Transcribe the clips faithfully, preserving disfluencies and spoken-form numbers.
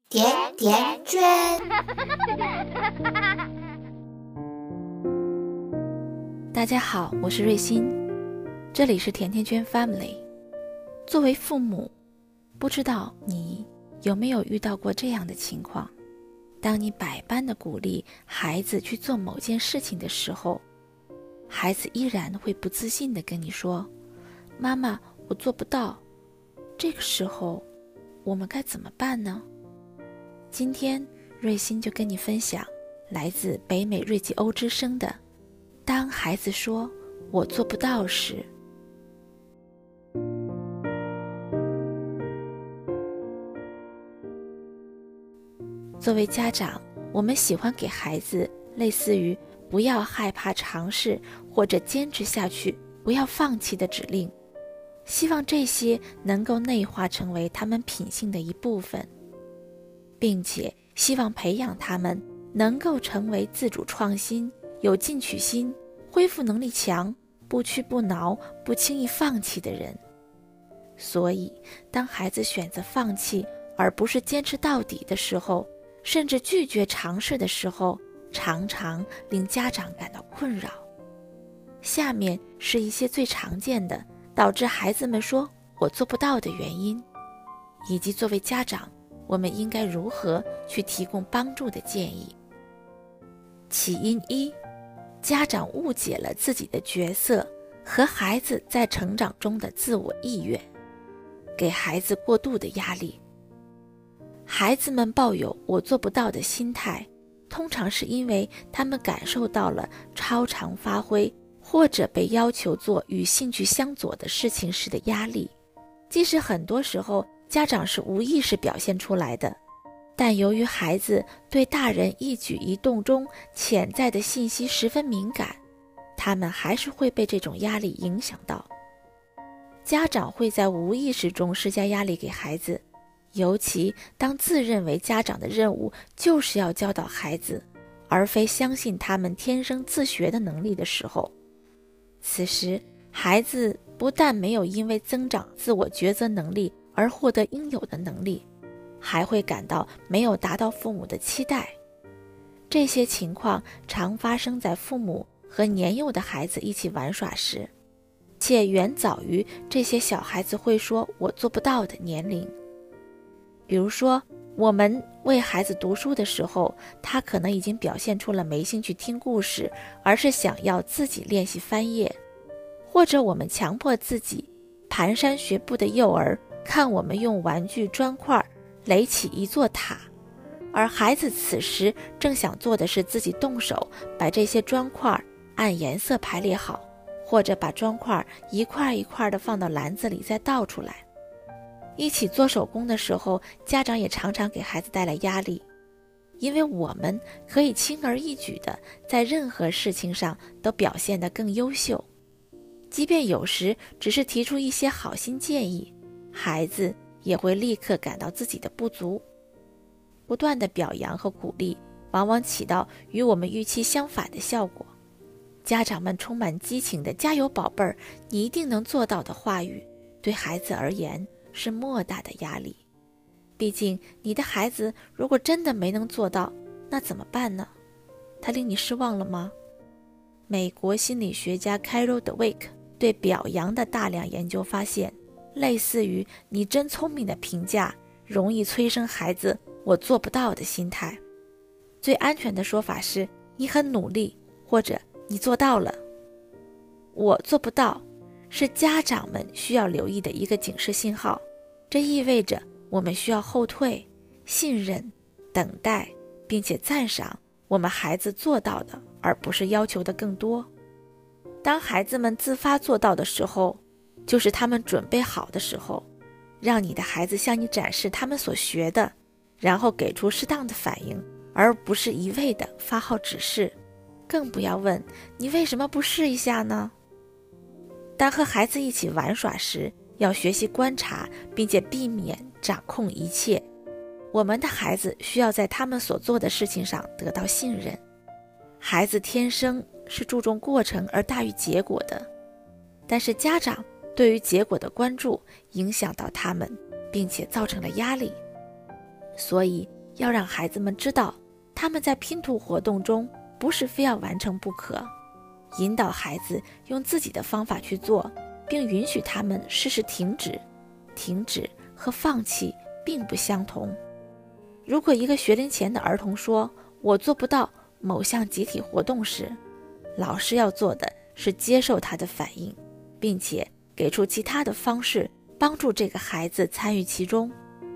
甜甜圈。 大家好，我是瑞欣，这里是甜甜圈 Family。 作为父母，不知道你有没有遇到过这样的情况，当你百般的鼓励孩子去做某件事情的时候，孩子依然会不自信地跟你说，妈妈，我做不到。这个时候我们该怎么办呢？今天瑞欣就跟你分享来自北美瑞吉欧之声的当孩子说我做不到时。作为家长，我们喜欢给孩子类似于不要害怕尝试或者坚持下去，不要放弃的指令，希望这些能够内化成为他们品性的一部分，并且希望培养他们能够成为自主创新、有进取心、恢复能力强、不屈不挠、不轻易放弃的人。所以当孩子选择放弃而不是坚持到底的时候，甚至拒绝尝试的时候，常常令家长感到困扰。下面是一些最常见的导致孩子们说我做不到的原因，以及作为家长我们应该如何去提供帮助的建议。起因一，家长误解了自己的角色和孩子在成长中的自我意愿，给孩子过度的压力。孩子们抱有我做不到的心态，通常是因为他们感受到了超常发挥或者被要求做与兴趣相左的事情时的压力，即使很多时候家长是无意识表现出来的，但由于孩子对大人一举一动中潜在的信息十分敏感，他们还是会被这种压力影响到。家长会在无意识中施加压力给孩子，尤其当自认为家长的任务就是要教导孩子，而非相信他们天生自学的能力的时候。此时孩子不但没有因为增长自我抉择能力而获得应有的能力，还会感到没有达到父母的期待。这些情况常发生在父母和年幼的孩子一起玩耍时，且远早于这些小孩子会说我做不到的年龄。比如说，我们为孩子读书的时候，他可能已经表现出了没兴趣听故事，而是想要自己练习翻页。或者我们强迫自己蹒跚学步的幼儿看我们用玩具砖块垒起一座塔，而孩子此时正想做的是自己动手把这些砖块按颜色排列好，或者把砖块一块一块地放到篮子里再倒出来。一起做手工的时候，家长也常常给孩子带来压力，因为我们可以轻而易举地在任何事情上都表现得更优秀，即便有时只是提出一些好心建议，孩子也会立刻感到自己的不足。不断的表扬和鼓励往往起到与我们预期相反的效果。家长们充满激情的加油宝贝儿，你一定能做到的话语，对孩子而言是莫大的压力。毕竟你的孩子如果真的没能做到，那怎么办呢？他令你失望了吗？美国心理学家 Carol Dweck 对表扬的大量研究发现，类似于你真聪明的评价容易催生孩子我做不到的心态。最安全的说法是你很努力，或者你做到了。我做不到是家长们需要留意的一个警示信号，这意味着我们需要后退、信任、等待，并且赞赏我们孩子做到的，而不是要求的更多。当孩子们自发做到的时候，就是他们准备好的时候。让你的孩子向你展示他们所学的，然后给出适当的反应，而不是一味的发号指示。更不要问你为什么不试一下呢？当和孩子一起玩耍时，要学习观察，并且避免掌控一切。我们的孩子需要在他们所做的事情上得到信任。孩子天生是注重过程而大于结果的，但是家长对于结果的关注影响到他们，并且造成了压力。所以要让孩子们知道，他们在拼图活动中不是非要完成不可，引导孩子用自己的方法去做，并允许他们适时停止。停止和放弃并不相同。如果一个学龄前的儿童说我做不到某项集体活动时，老师要做的是接受他的反应，并且给出其他的方式帮助这个孩子参与其中。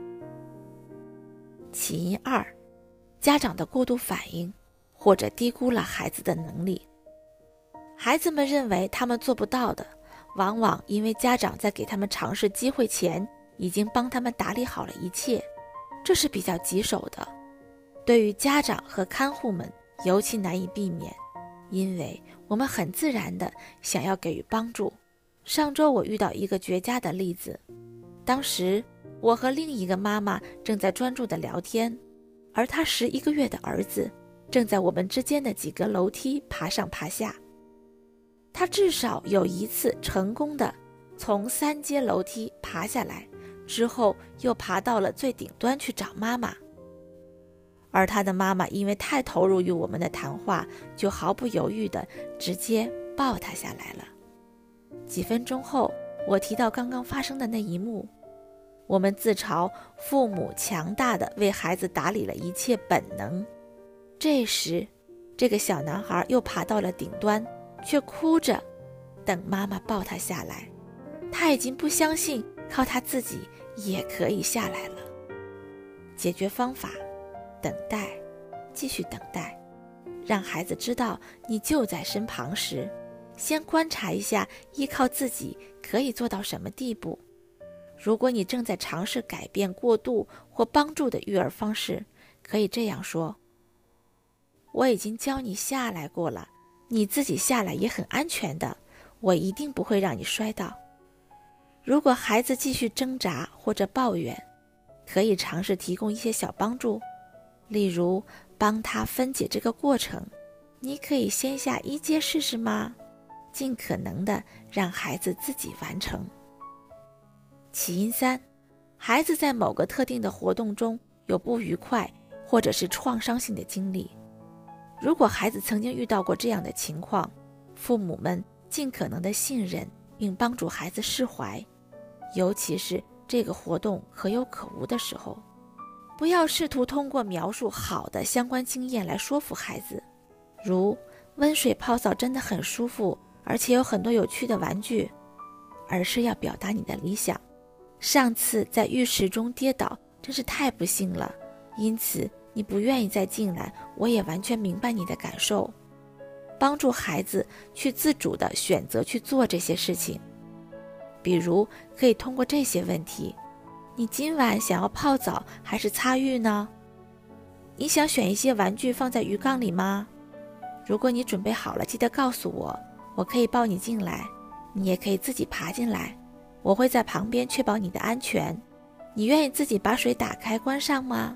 起因二，家长的过度反应或者低估了孩子的能力。孩子们认为他们做不到的，往往因为家长在给他们尝试机会前已经帮他们打理好了一切，这是比较棘手的，对于家长和看护们尤其难以避免，因为我们很自然地想要给予帮助。上周我遇到一个绝佳的例子，当时我和另一个妈妈正在专注地聊天，而她十一个月的儿子正在我们之间的几个楼梯爬上爬下。他至少有一次成功的从三阶楼梯爬下来，之后又爬到了最顶端去找妈妈。而他的妈妈因为太投入于我们的谈话，就毫不犹豫地直接抱他下来了。几分钟后，我提到刚刚发生的那一幕，我们自嘲父母强大地为孩子打理了一切本能。这时，这个小男孩又爬到了顶端，却哭着等妈妈抱他下来。他已经不相信靠他自己也可以下来了。解决方法：等待，继续等待，让孩子知道你就在身旁时，先观察一下依靠自己可以做到什么地步。如果你正在尝试改变过度或帮助的育儿方式，可以这样说：我已经教你下来过了，你自己下来也很安全的，我一定不会让你摔倒。如果孩子继续挣扎或者抱怨，可以尝试提供一些小帮助，例如帮他分解这个过程。你可以先下一阶试试吗？尽可能的让孩子自己完成。起因三，孩子在某个特定的活动中有不愉快或者是创伤性的经历。如果孩子曾经遇到过这样的情况，父母们尽可能的信任并帮助孩子释怀，尤其是这个活动可有可无的时候。不要试图通过描述好的相关经验来说服孩子，如温水泡澡真的很舒服，而且有很多有趣的玩具，而是要表达你的理想。上次在浴池中跌倒真是太不幸了，因此你不愿意再进来，我也完全明白你的感受。帮助孩子去自主地选择去做这些事情，比如可以通过这些问题：你今晚想要泡澡还是擦浴呢？你想选一些玩具放在鱼缸里吗？如果你准备好了，记得告诉我，我可以抱你进来，你也可以自己爬进来，我会在旁边确保你的安全。你愿意自己把水打开关上吗？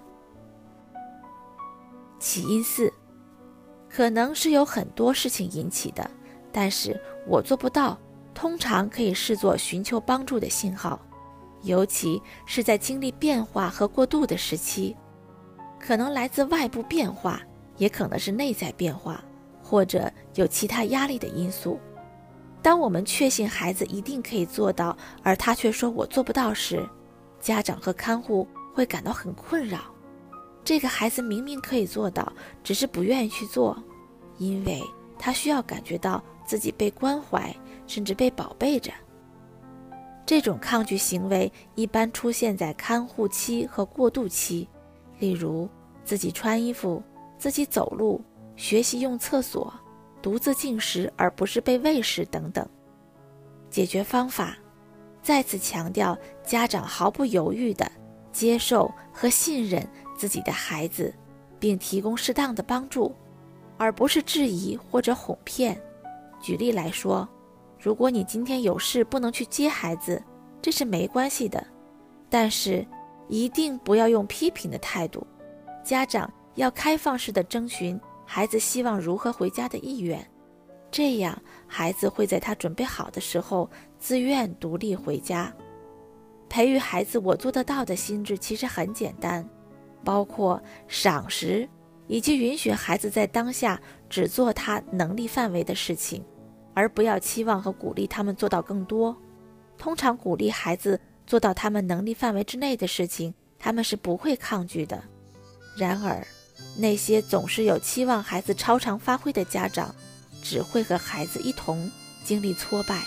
起因四，可能是有很多事情引起的，但是我做不到，通常可以视作寻求帮助的信号，尤其是在经历变化和过渡的时期。可能来自外部变化，也可能是内在变化，或者有其他压力的因素。当我们确信孩子一定可以做到，而他却说我做不到时，家长和看护会感到很困扰。这个孩子明明可以做到，只是不愿意去做，因为他需要感觉到自己被关怀，甚至被宝贝着。这种抗拒行为一般出现在看护期和过渡期，例如自己穿衣服、自己走路、学习用厕所、独自进食而不是被喂食等等。解决方法：再次强调家长毫不犹豫地接受和信任自己的孩子，并提供适当的帮助，而不是质疑或者哄骗。举例来说，如果你今天有事不能去接孩子，这是没关系的，但是一定不要用批评的态度。家长要开放式的征询孩子希望如何回家的意愿，这样孩子会在他准备好的时候自愿独立回家。培育孩子我做得到的心智其实很简单， 包括赏识，以及允许孩子在当下只做他能力范围的事情，而不要期望和鼓励他们做到更多。通常鼓励孩子做到他们能力范围之内的事情，他们是不会抗拒的。然而，那些总是有期望孩子超常发挥的家长，只会和孩子一同经历挫败。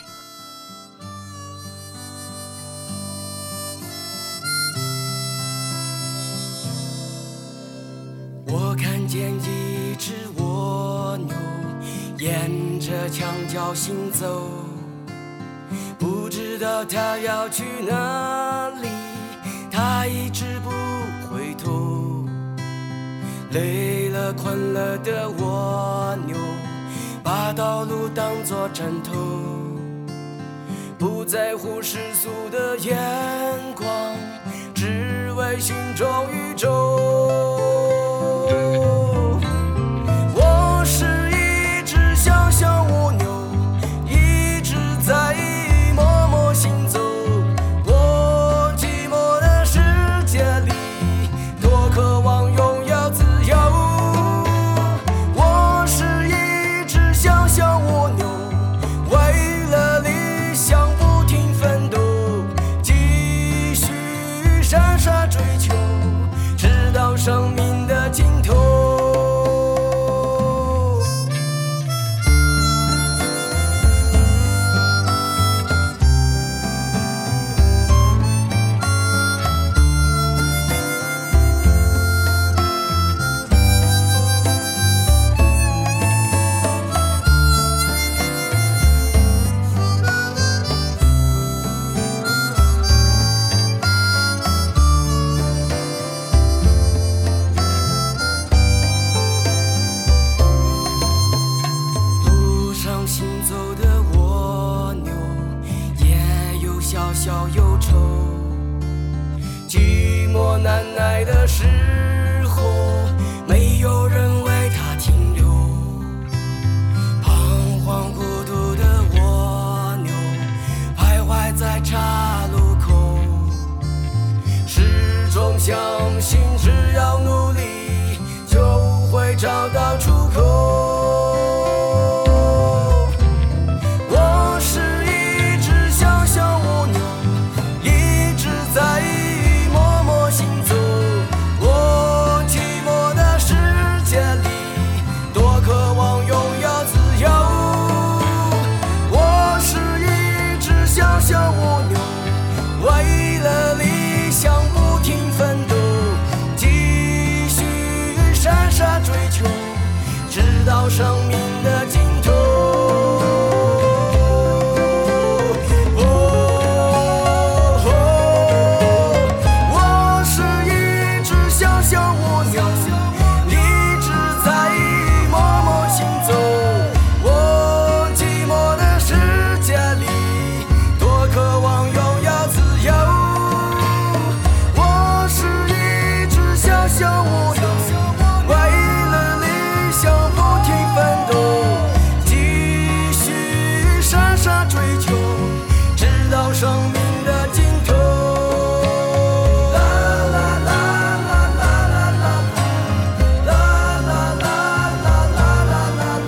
我看见一只蜗牛沿着墙角行走，不知道它要去哪里，它一直不回头。累了困了的蜗牛把道路当作枕头，不在乎世俗的眼光，只为心中宇宙。我是一只小小蜗牛，一直在默默行走。我寂寞的世界里，多渴望拥有自由。我是一只小小蜗牛，为了理想不停奋斗，继续闪闪追求，直到生命的尽头。小小忧愁，寂寞难耐的时候，没有人为它停留。彷徨孤独的蜗牛徘徊在岔路口，始终相信只要努力就会找到出口。直到生命的尽头。哦哦、我是一只小小蜗牛，一直在默默行走。我寂寞的世界里，多渴望拥有自由。我是一只小小蜗牛，生命的尽头。啦啦啦啦啦啦啦啦啦啦啦啦啦啦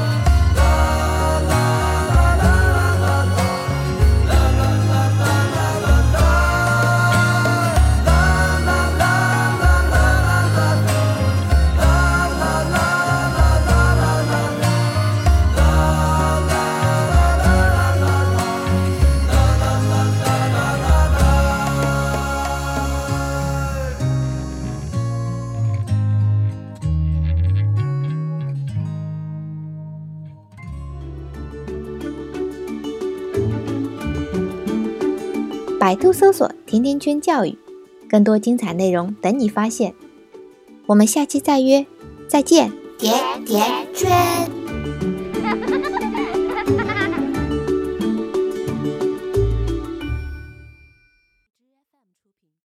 百度搜索甜甜圈教育，更多精彩内容等你发现。我们下期再约，再见。 甜甜圈。